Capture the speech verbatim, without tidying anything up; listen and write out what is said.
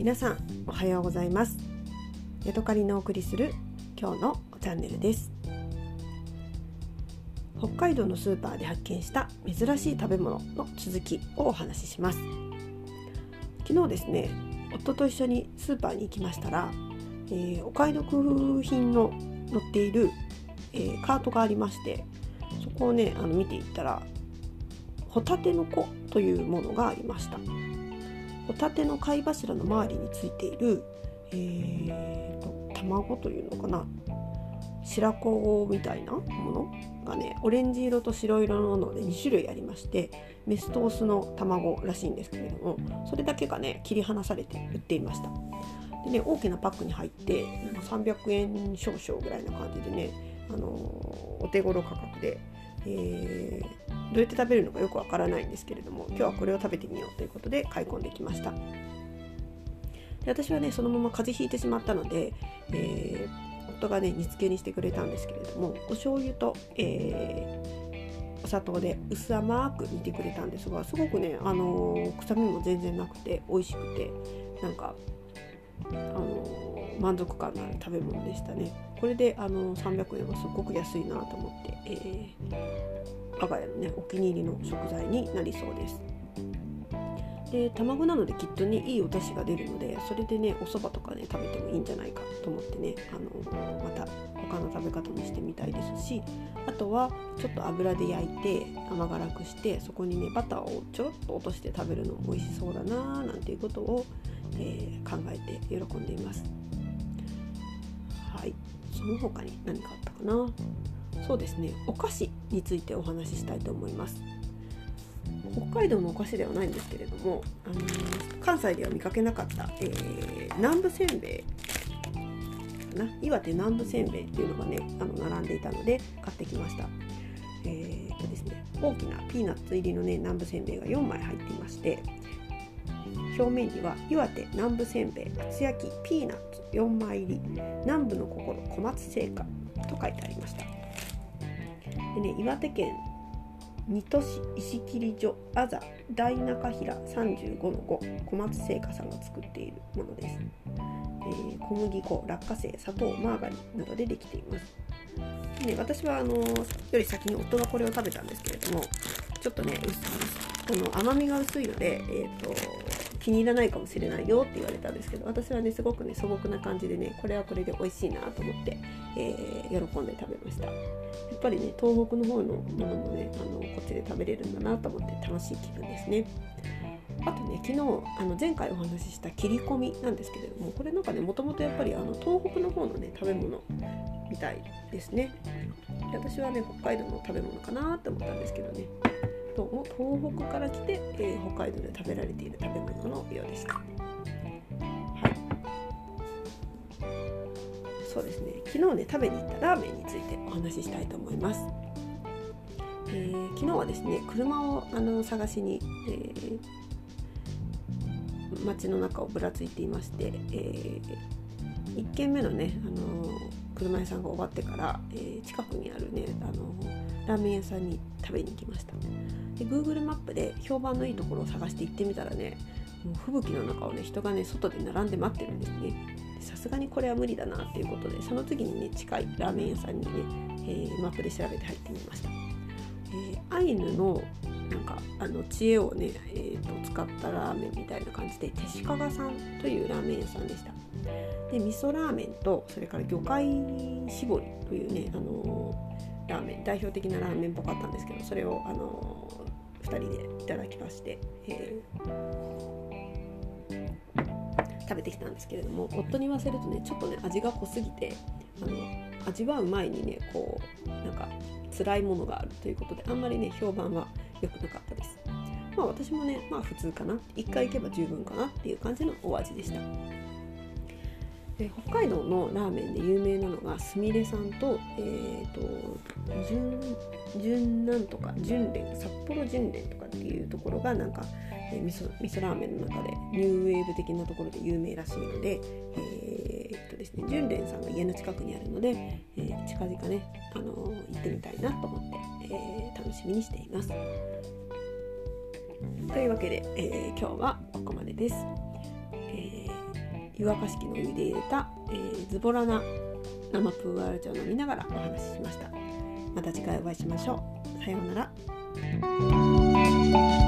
皆さんおはようございます。ヤドカリのお送りする今日のチャンネルです。北海道のスーパーで発見した珍しい食べ物の続きをお話しします。昨日ですね、夫と一緒にスーパーに行きましたら、えー、お買い得品の載っている、えー、カートがありまして、そこをねあの見ていったらホタテの子というものがありました。ホタテの貝柱の周りについている、えー、と卵というのかな、白子みたいなものがね、オレンジ色と白色のものでに種類ありまして、メスとオスの卵らしいんですけれども、それだけがね切り離されて売っていました。でね、大きなパックに入ってさんびゃくえん少々ぐらいな感じでね、あのー、お手頃価格で、えー、どうやって食べるのかよくわからないんですけれども、今日はこれを食べてみようということで買い込んできました。で、私はねそのまま風邪ひいてしまったので、えー、夫がね煮付けにしてくれたんですけれども、お醤油と、えー、お砂糖で薄甘く煮てくれたんですが、すごくね、あのー、臭みも全然なくて美味しくて、なんかあのー、満足感のある食べ物でしたね。これで、あのー、さんびゃくえんはすごく安いなと思って、えー、我が家のねお気に入りの食材になりそうです。で、卵なのできっとねいいお出汁が出るので、それでねお蕎麦とかね食べてもいいんじゃないかと思ってね、あのー、また他の食べ方にしてみたいですし、あとはちょっと油で焼いて甘辛くして、そこにねバターをちょろっと落として食べるのも美味しそうだななんていうことを、えー、考えて喜んでいます。はい、その他に何かあったかな。そうですね、お菓子についてお話ししたいと思います。北海道のお菓子ではないんですけれども、あのー、関西では見かけなかった、えー、南部せんべいかな、岩手南部せんべいっていうのがねあの並んでいたので買ってきました。えーとですね、大きなピーナッツ入りのね南部せんべいがよんまい入っていまして、表面には岩手南部せんべい厚焼きピーナッツよんまい入り南部の心小松製菓と書いてありました。でね、岩手県水戸市石切所あざ大中平 さんじゅうごのご 小松製菓さんが作っているものです。えー、小麦粉、落花生、砂糖、マーガリンなどでできています。でね、私はあのより先に夫がこれを食べたんですけれども、ちょっとねあの甘みが薄いので、えーと気に入らないかもしれないよって言われたんですけど、私はねすごくね素朴な感じでね、これはこれで美味しいなと思って、えー、喜んで食べました。やっぱりね東北の方のものもねあのこっちで食べれるんだなと思って楽しい気分ですね。あとね、昨日あの前回お話しした切り込みなんですけれども、これなんかねもともとやっぱりあの東北の方のね食べ物みたいですね。で、私はね北海道の食べ物かなと思ったんですけどね、どうも東北から来て、えー、北海道で食べられている食べ物のようでした。はい、そうですね、昨日ね食べに行ったラーメンについてお話ししたいと思います。えー、昨日はですね車をあの探しに、えー、街の中をぶらついていまして、えー、いっけんめのね、あのー、車屋さんが終わってから、えー、近くにあるね、あのー、ラーメン屋さんに食べに行きました。で Google マップで評判のいいところを探して行ってみたらね、もう吹雪の中をね人がね外で並んで待ってるんですね。さすがにこれは無理だなっていうことで、その次にね近いラーメン屋さんにね、えー、マップで調べて入ってみました。えー、アイヌのなんかあの知恵をね、えー、と使ったラーメンみたいな感じで、手鹿賀さんというラーメン屋さんでした。で、味噌ラーメンとそれから魚介絞りというね、あのー、ラーメン代表的なラーメンっぽかったんですけど、それを、あのー、ふたりでいただきまして、えー、食べてきたんですけれども、夫に言わせるとねちょっとね味が濃すぎて、あの味わう前にねこうなんか辛いものがあるということで、あんまりね評判は良くなかったです。まあ私もねまあ普通かな、いっかい行けば十分かなっていう感じのお味でした。で、北海道のラーメンで有名なのがすみれさんと、えーと純純なんとか純連札幌純連とかっていうところがなんか、えー、味噌、味噌ラーメンの中でニューウェーブ的なところで有名らしいので、えーとですね、純連さんが家の近くにあるので、えー、近々ね、あのー、行ってみたいなと思って、えー、楽しみにしています。というわけで、えー、今日はここまでです。 えー、湯沸かし器のお湯で入れた、えー、ズボラな生プーアール茶を飲みながらお話ししました。また次回お会いしましょう。さようなら。